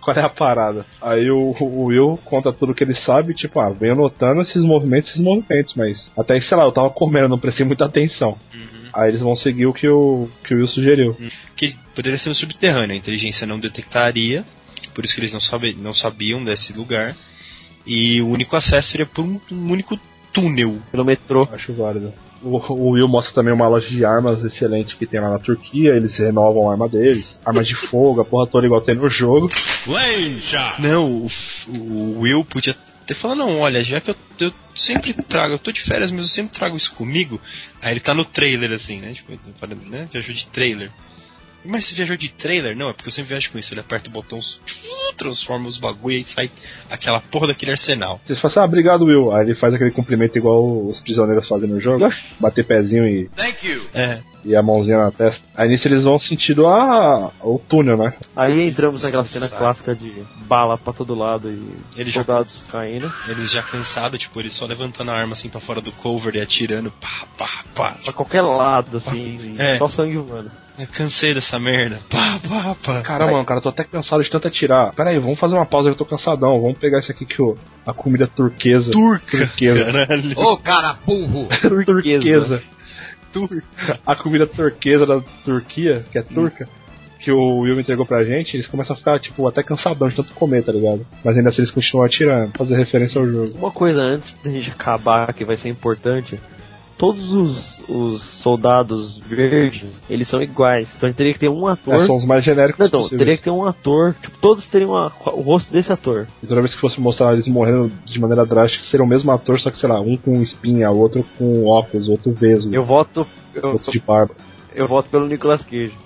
qual é a parada? Aí o, o Will conta tudo que ele sabe, tipo, ah, venho notando esses movimentos, esses movimentos, mas até aí, sei lá, eu tava comendo, não prestei muita atenção. Uhum. Aí eles vão seguir o que o, que o Will sugeriu. Que poderia ser um subterrâneo, a inteligência não detectaria, por isso que eles não, sabe, não sabiam desse lugar, e o único acesso seria por um, um único túnel. Pelo metrô. Acho válido. O, o Will mostra também uma loja de armas excelente que tem lá na Turquia, eles renovam a arma deles, armas de fogo, a porra toda igual tem no jogo. Não, o, o Will podia ter falado, não, olha, já que eu, eu sempre trago, eu tô de férias, mas eu sempre trago isso comigo. Aí ele tá no trailer assim, né, tipo, né? Viajou de trailer. Mas você viajou de trailer? Não, é porque eu sempre viajo com isso. Ele aperta o botão, transforma os bagulho e sai aquela porra daquele arsenal. Vocês falam assim, ah, obrigado, Will. Aí ele faz aquele cumprimento igual os prisioneiros fazem no jogo. Bater pezinho e... Thank you. É. E a mãozinha na testa. Aí nisso eles vão sentido a... o túnel, né? Aí entramos naquela cena clássica de bala pra todo lado e Ele soldados já... caindo. Eles já cansados, tipo, eles só levantando a arma assim pra fora do cover e atirando, pá, pá, pá. Pra qualquer lado, assim, é. Só sangue humano. Eu cansei dessa merda. Pá, pá, pá. Caramba, mano, cara, tô até cansado de tanto atirar. Pera aí, vamos fazer uma pausa que eu tô cansadão. Vamos pegar isso aqui que o... a comida turquesa. Turca. Turquesa. Caralho. Ô, cara burro! Turquesa. Turca. A comida turquesa da Turquia, que é turca, que o Will entregou pra gente, eles começam a ficar, tipo, até cansadão de tanto comer, tá ligado? Mas ainda assim eles continuam atirando, fazer referência ao jogo. Uma coisa antes da gente acabar, que vai ser importante... Todos os, os soldados verdes, eles são iguais. Então a gente teria que ter um ator... É, são os mais genéricos Não, então, possíveis. teria que ter um ator... Tipo, todos teriam a, o rosto desse ator. E toda vez que fosse mostrar eles morrendo de maneira drástica, seria o mesmo ator, só que, sei lá, um com espinha, outro com óculos, outro vesgo. Eu voto... Eu, outro de barba. Eu voto pelo Nicolas Cage.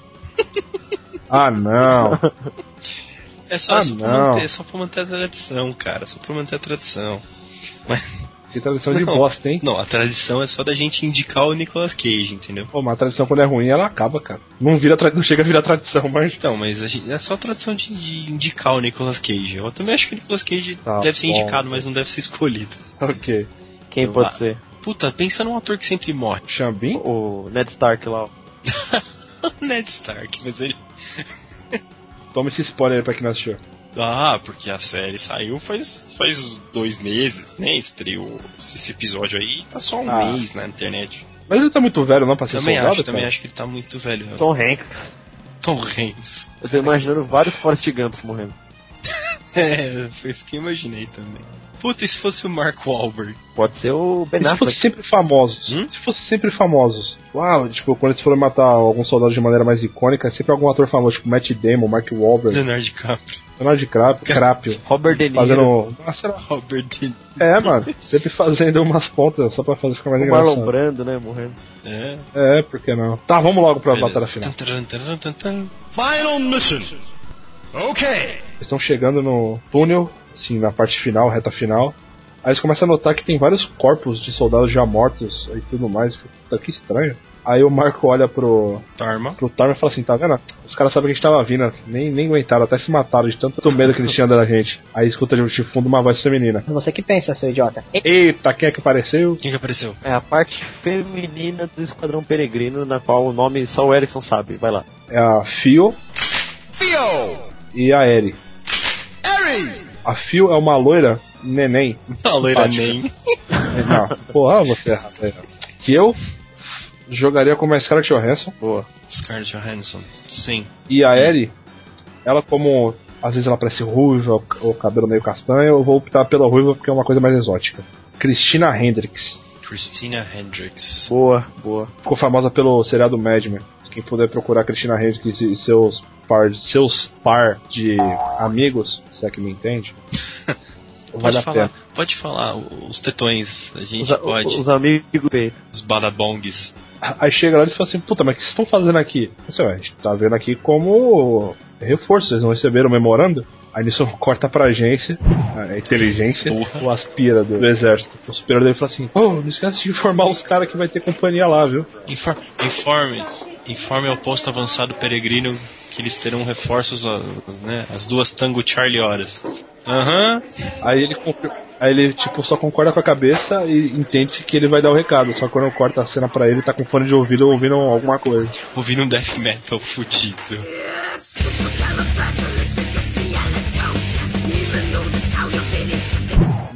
Ah, não. É só, ah, só, pra manter, é só pra manter a tradição, cara. Só pra manter a tradição. Mas... Que tradição de bosta, hein? Não, a tradição é só da gente indicar o Nicolas Cage, entendeu? Pô, mas a tradição quando é ruim, ela acaba, cara. Não, vira tra... não chega a virar tradição, mas... Então, mas a gente... é só a tradição de, de indicar o Nicolas Cage. Eu também acho que o Nicolas Cage tá deve ser bom. indicado, mas não deve ser escolhido. Ok. Quem Eu pode lá. ser? Puta, pensa num ator que sempre morre. Xambin? O Ned Stark lá. O Ned Stark, mas ele... Toma esse spoiler aí pra quem não assistiu. Ah, porque a série saiu faz, faz dois meses, né? Estreou esse episódio aí, tá só um ah. mês na internet. Mas ele tá muito velho, não, pra ser Também soldado, acho, cara? também acho que ele tá muito velho. Tom Hanks. Tom Hanks. Eu tô imaginando vários Forrest Gumps morrendo. É, foi isso que eu imaginei também. Puta, e se fosse o Mark Wahlberg? Pode ser o Ben E se Affleck. fosse sempre famosos? Hum? Se fosse sempre famosos. Uau, tipo, quando eles forem matar alguns soldados de maneira mais icônica, é sempre algum ator famoso, tipo Matt Damon, Mark Wahlberg, Leonardo DiCaprio. Leonardo DiCaprio, Crapio. Robert De Niro. Fazendo... Nossa, Robert De Niro. é, mano, sempre fazendo umas pontas só pra fazer ficar mais O Marlon engraçado. Brando, né, morrendo. É. É, por que não? Tá, vamos logo pra Beleza. batalha final. Tan, tan, tan, tan, tan. Final mission. Okay. Eles estão chegando no túnel, assim, na parte final, reta final. Aí eles começam a notar que tem vários corpos de soldados já mortos e tudo mais. Puta, que estranho. Aí o Marco olha pro Tarma. pro Tarma e fala assim, tá vendo? Os caras sabem que a gente tava vindo, nem, nem aguentaram, até se mataram de tanto medo que eles tinham da gente. Aí escuta de fundo uma voz feminina. Você que pensa, seu idiota. Eita, quem é que apareceu? Quem que apareceu? É a parte feminina do Esquadrão Peregrino, na qual o nome só o Erickson sabe. Vai lá. É a Fio Theo. e a Eri. Eri. A Fio é uma loira neném. A loira Simpática. nem. Não, porra, você é errado. Que eu jogaria como a Scarlett Johansson. Boa. Scarlett Johansson. Sim. E a Eri, ela como às vezes ela parece ruiva ou, ou cabelo meio castanho, eu vou optar pela ruiva porque é uma coisa mais exótica. Christina Hendricks. Christina Hendricks. Boa, boa. Ficou famosa pelo seriado Mad Men. Quem puder procurar Christina Hendricks e seus par, seus par de amigos, se é que me entende, vale Pode a falar, pena. pode falar os tetões, a gente Os, pode. os amigos do peito. Os badabongs. Aí chega lá e eles falam assim, puta, mas o que vocês estão fazendo aqui? Eu sei, a gente tá vendo aqui como reforço, vocês não receberam o memorando? Aí nisso corta pra agência, a inteligência, Porra. o aspira do, do exército. O superior dele fala assim, oh, não esquece de informar os caras que vai ter companhia lá, viu? Infor- informe, informe ao posto avançado peregrino que eles terão reforços, a- né, as duas Tango Charlie horas. Aham. Aí ele compre- aí ele tipo só concorda com a cabeça e entende que ele vai dar o recado. Só que quando corta a cena pra ele, tá com fone de ouvido ouvindo alguma coisa. Ouvindo um death metal fudido.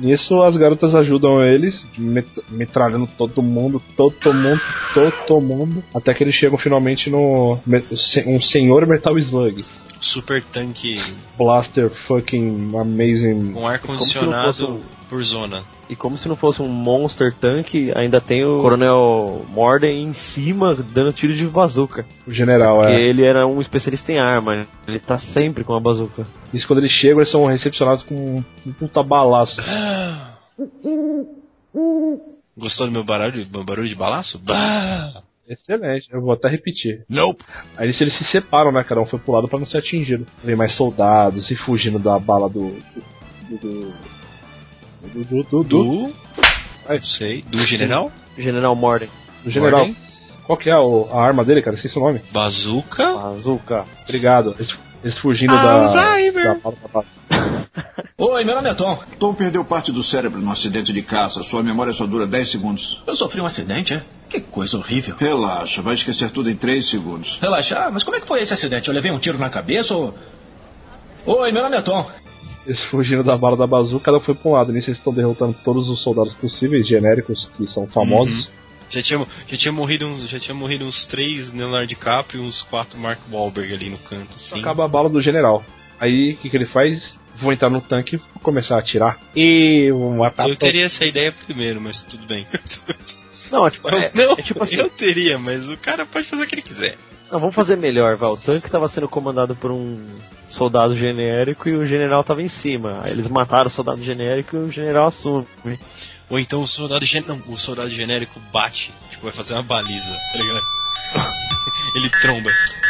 Nisso as garotas ajudam eles, met- metralhando todo mundo, todo mundo, todo mundo, até que eles chegam finalmente no me- um senhor Metal Slug. Super tanque Blaster fucking amazing. com ar-condicionado Como se não fosse por zona. E como se não fosse um Monster Tank, ainda tem o Coronel Morden em cima dando tiro de bazuca. O general, Porque é. ele era um especialista em arma, ele tá sempre com a bazuca. Isso quando eles chegam, eles são recepcionados com um puta balaço. Gostou do meu barulho, meu barulho de balaço? Bah! Excelente, eu vou até repetir. Nope. Aí eles, eles se separam, né? Cada um foi pro lado pra não ser atingido. Vem mais soldados e fugindo da bala do. Do. Do. Do. Do. do, do, Do... Ai. Não sei. Do general? General Morden. do general. Morden? Qual que é o- a arma dele, cara? Esqueci o nome. Bazooka? Bazuca. Obrigado. Eles, eles fugindo da. Alzheimer. Da bala, da bala. Oi, meu nome é Tom. Tom perdeu parte do cérebro num acidente de caça. Sua memória só dura dez segundos. Eu sofri um acidente, é? Que coisa horrível. Relaxa, vai esquecer tudo em três segundos. Relaxa, ah, mas como é que foi esse acidente? Eu levei um tiro na cabeça ou... Oi, meu nome é Tom. Eles fugindo da bala da bazuca, cada um foi pra um lado. Nisso eles estão derrotando todos os soldados possíveis, genéricos, que são famosos. Uhum. Já tinha, já tinha morrido uns, já tinha morrido uns três Leonardo DiCaprio e uns quatro Mark Wahlberg ali no canto, assim. Acaba a bala do general. Aí, o que, que ele faz? Vou entrar no tanque e começar a atirar. E vou matar Eu teria essa ideia primeiro, mas tudo bem. Não, tipo, é, não, é tipo assim, eu teria, mas o cara pode fazer o que ele quiser. não, vamos fazer melhor, vai. O tanque tava sendo comandado por um soldado genérico e o general tava em cima. Aí eles mataram o soldado genérico e o general assume. Ou então o soldado genérico, o soldado genérico bate, tipo, vai fazer uma baliza, tá ligado? Ele tromba.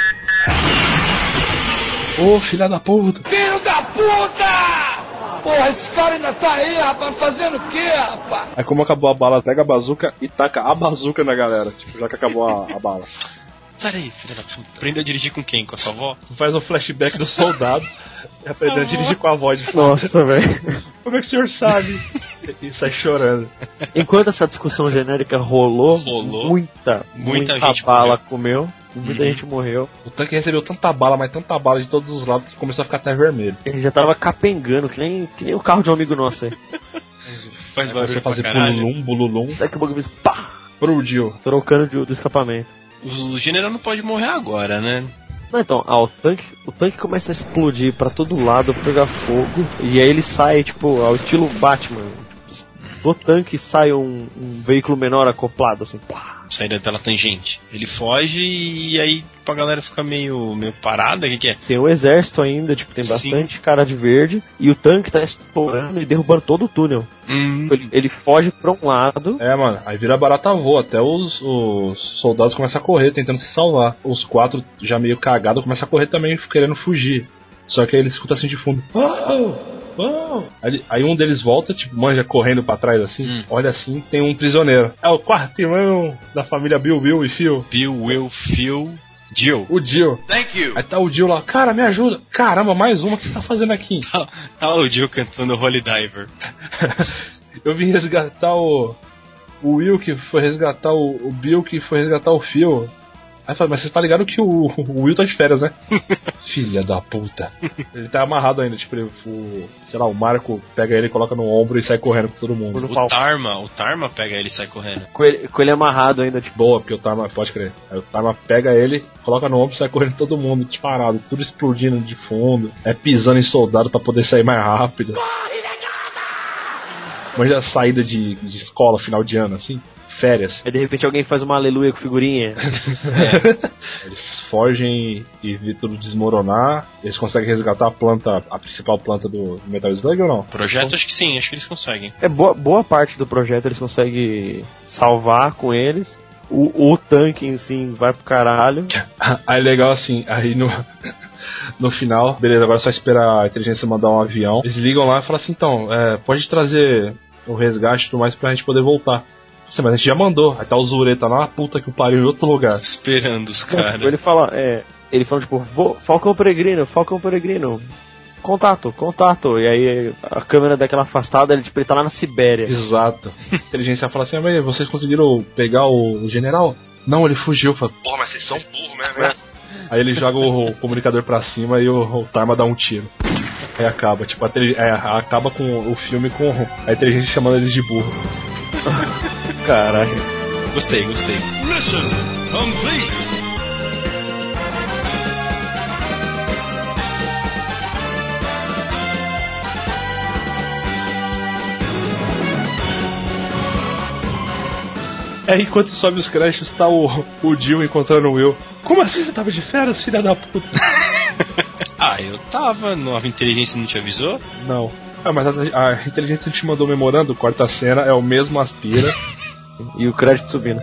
Ô, filha da puta! Filho da puta! Porra, esse cara ainda tá aí, rapaz, fazendo o quê, rapaz? Aí como acabou a bala, pega a bazuca e taca a bazuca na galera. Tipo, já que acabou a, a bala. Sai daí, filha da puta. Aprende a dirigir com quem? Com a sua avó? Faz um flashback do soldado e aprendeu a dirigir com a voz de Nossa, velho. Como é que o senhor sabe? E sai chorando. Enquanto essa discussão genérica rolou, Rolou. muita, Muita muita, gente bala comeu, muita Uhum. gente morreu. O tanque recebeu tanta bala, mas tanta bala de todos os lados que começou a ficar até vermelho. Ele já tava capengando, que nem, que nem o carro de um amigo nosso aí. Faz Você barulho pra fazer caralho. bululum, bululum. Daqui a pouco fez pá! Explodiu. Trocando de, do escapamento. O general não pode morrer agora, né? Não, então, ah, o tanque, o tanque começa a explodir pra todo lado, pegar fogo, e aí ele sai, tipo, ao estilo Batman. Do tanque sai um, um veículo menor acoplado, assim, pá. Saída pela tangente. Ele foge e aí tipo, a galera fica meio, meio parada, o que, que é? Tem o exército ainda, tipo, tem Sim. bastante cara de verde, e o tanque tá explorando e derrubando todo o túnel. Hum, Ele, ele foge pra um lado, É, mano, aí vira barata voa, até os, os soldados começam a correr, tentando se salvar. Os quatro, já meio cagados, começam a correr também, querendo fugir. Só que aí eles escutam assim de fundo. Oh! Oh! Aí, aí um deles volta, tipo, manja correndo pra trás assim, Hum. olha assim, tem um prisioneiro. É o quarto irmão da família Bill, Bill e Phil. Bill, Will, Phil, Jill. O Jill. Thank you. Aí tá o Jill lá, cara, me ajuda. Caramba, mais uma, o que você tá fazendo aqui? Tá, tá o Jill cantando Holy Diver. Eu vim resgatar o. O Will que foi resgatar o, o Bill que foi resgatar o Phil. Aí fala, mas você tá ligado que o, o Will tá de férias, né? Filha da puta. Ele tá amarrado ainda, tipo, o, sei lá, o Marco pega ele, coloca no ombro e sai correndo com todo mundo. O Tarma, o Tarma pega ele e sai correndo. com ele, com ele amarrado ainda, tipo, Boa, porque o Tarma, pode crer. Aí o Tarma pega ele, coloca no ombro e sai correndo todo mundo, disparado, tudo explodindo de fundo, é pisando em soldado pra poder sair mais rápido. Mas já saída de, de escola, final de ano, assim, férias. aí de repente alguém faz uma aleluia com figurinha. Eles fogem e vê tudo desmoronar. Eles conseguem resgatar a planta, a principal planta do Metal Slug ou não? Projeto, acho que sim, acho que eles conseguem. É boa, boa parte do projeto eles conseguem salvar com eles. O, o tanque em si vai pro caralho. Aí legal assim, aí no, no final, beleza, agora é só esperar a inteligência mandar um avião. Eles ligam lá e falam assim, então, é, pode trazer o resgate e tudo mais pra gente poder voltar. Nossa, mas a gente já mandou. Aí tá o Zureta lá, puta que o pariu, em outro lugar. Esperando os caras. Ele fala, é, ele fala tipo, "Vou- Falcão Peregrino, Falcão Peregrino, contato, contato." E aí a câmera daquela afastada, ele, tipo, ele tá lá na Sibéria. Exato. A inteligência fala assim, ah, mas vocês conseguiram pegar o, o general? Não, ele fugiu. Fala, pô, mas vocês são burros mesmo, né? Aí ele joga o, o comunicador pra cima e o, o Tarma dá um tiro. Aí Aí acaba, tipo, a tele- é, acaba com o filme com a inteligência chamando eles de burro. Caralho. Gostei, gostei. Mission complete. Aí enquanto sobe os créditos, tá o, o Jill encontrando o Will. Como assim você tava de férias, filha da puta? Ah, eu tava, a inteligência não te avisou? Não. Ah, mas a, a inteligência te mandou memorando, corta a cena, é o mesmo aspira. E o crédito subindo.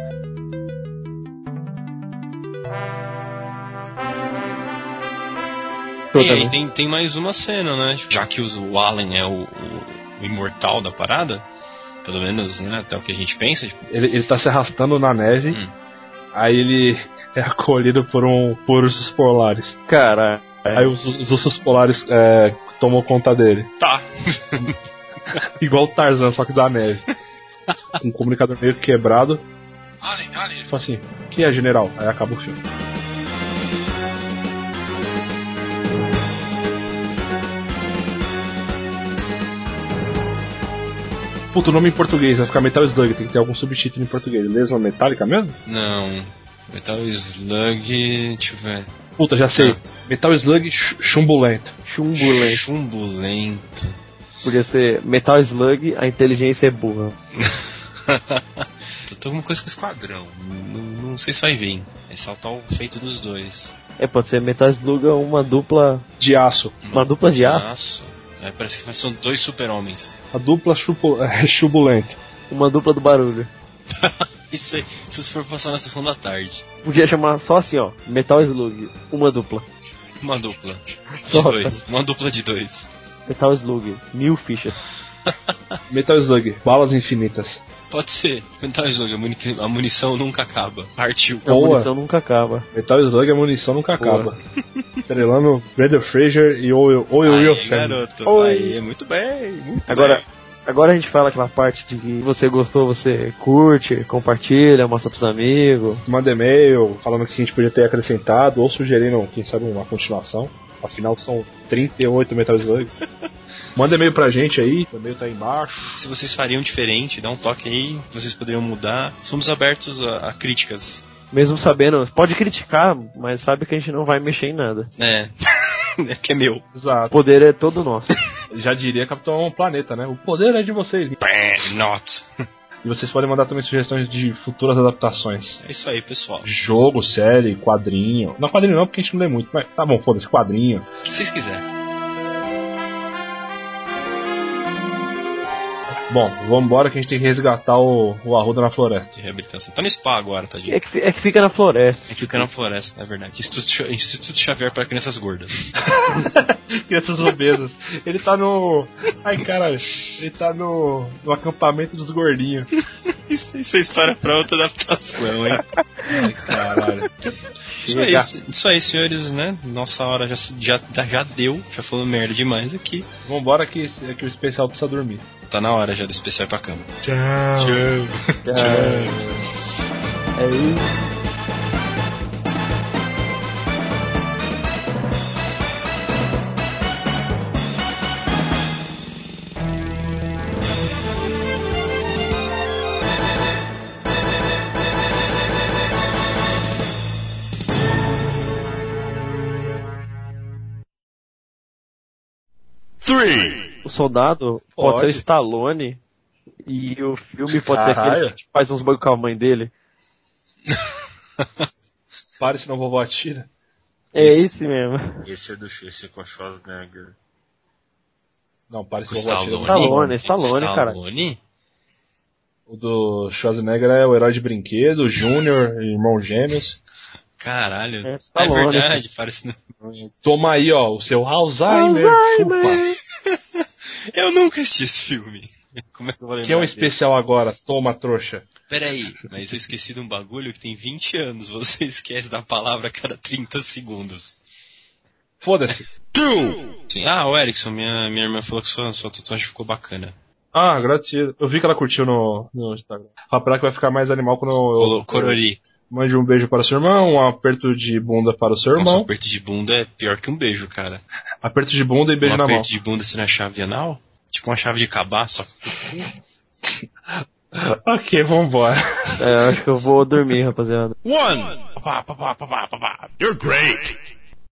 E aí tem, tem mais uma cena, né? Já que o Alan é o, o, o imortal da parada, pelo menos, né, até o que a gente pensa. Tipo... Ele, ele tá se arrastando na neve, hum. Aí ele é acolhido por um por ursos polares. Caralho. Aí os, os ursos polares é, tomam conta dele. Tá. Igual o Tarzan, só que da neve. Um comunicador meio quebrado. Alien, alien. Fala assim, quem é general? Aí acaba o filme. Puta, o nome em português vai ficar Metal Slug, tem que ter algum subtítulo em português. Lesma metálica mesmo? Não. Metal Slug. Deixa eu ver. Puta, já sei. Ah. Metal Slug ch- chumbulento. Chumbulento. Chumbulento. Podia ser Metal Slug, a inteligência é burra. Tô alguma coisa com esquadrão. Não, não sei se vai vir. É saltar o feito dos dois. É, pode ser Metal Slug uma dupla de aço. Uma, uma dupla de, de aço. aço. É, parece que são dois super-homens. A dupla chupu- é, chubulenta. Uma dupla do barulho. Isso aí, se for passar na sessão da tarde. Podia chamar só assim, ó, Metal Slug, uma dupla. Uma dupla. De só, dois. Uma dupla de dois. Metal Slug, mil fichas. Metal Slug, balas infinitas. Pode ser. Metal Slug, a, muni- a munição nunca acaba. Partiu. A munição nunca acaba. Metal Slug, a munição nunca Boa. acaba. Estrelando Brendan Fraser e Owen Wilson. Garoto. Oi. Aí, muito bem, muito Agora, bem. Agora a gente fala aquela parte de que você gostou, você curte, compartilha, mostra pros amigos. Manda e-mail falando que a gente podia ter acrescentado ou sugerindo, quem sabe, uma continuação. Afinal, são trinta e oito Metal Slug. Manda e-mail pra gente aí, o e-mail tá aí embaixo. Se vocês fariam diferente, dá um toque aí, vocês poderiam mudar. Somos abertos a, a críticas. Mesmo sabendo, pode criticar, mas sabe que a gente não vai mexer em nada. É, é que é meu. Exato. O poder é todo nosso. Já diria Capitão Planeta, né? O poder é de vocês. Not. E vocês podem mandar também sugestões de futuras adaptações. É isso aí, pessoal. Jogo, série, quadrinho. Não, quadrinho não, porque a gente não lê muito, mas tá bom, foda-se, quadrinho. O que vocês quiserem. Bom, vamos embora que a gente tem que resgatar o, o Arruda na floresta. De reabilitação. Tá no spa agora, tadinho. É que, é que fica na floresta. É que fica na floresta, é verdade. Instituto, Instituto Xavier para crianças gordas. Crianças obesas. Ele tá no... Ai, caralho. Ele tá no, no acampamento dos gordinhos. Isso, isso é história pra outra adaptação, hein? Ai, caralho. Isso aí, isso aí, senhores, né? Nossa hora já, já, já deu. Já falou merda demais aqui. Vambora que, que o especial precisa dormir. Tá na hora já do especial pra cama. Tchau. Tchau. Tchau. Tchau. É isso. O soldado pode, pode ser o Stallone e o filme pode Caralho. ser aquele que faz uns bagulho com a mãe dele. Pare, senão o vovô atira. É esse, esse mesmo. Esse é do esse é com a Schwarzenegger. Não, pare, senão o vovô atira. Stallone, Stallone, cara. O do Schwarzenegger é o herói de brinquedo, o Júnior, irmão gêmeos. Caralho, é, é verdade, parece... Toma aí, ó, o seu Alzheimer, Alzheimer. chupa. Eu nunca assisti esse filme. Como é que eu vou lembrar? Que é um especial dele? Agora, toma, trouxa. Peraí, mas eu esqueci de um bagulho que tem vinte anos, você esquece da palavra a cada trinta segundos. Foda-se. Sim. Ah, o Erickson, minha, minha irmã falou que sua, sua tatuagem ficou bacana. Ah, gratido. Eu vi que ela curtiu no, no Instagram. Rapaz, que vai ficar mais animal quando eu... Colo, Corori. Mande um beijo para o seu irmão, um aperto de bunda para o seu irmão. Nossa, um aperto de bunda é pior que um beijo, cara. Aperto de bunda e beijo um na mão. Um aperto de bunda assim na chave anal? Tipo uma chave de cabaço. Ok, vambora. É, acho que eu vou dormir, rapaziada. One. You're great.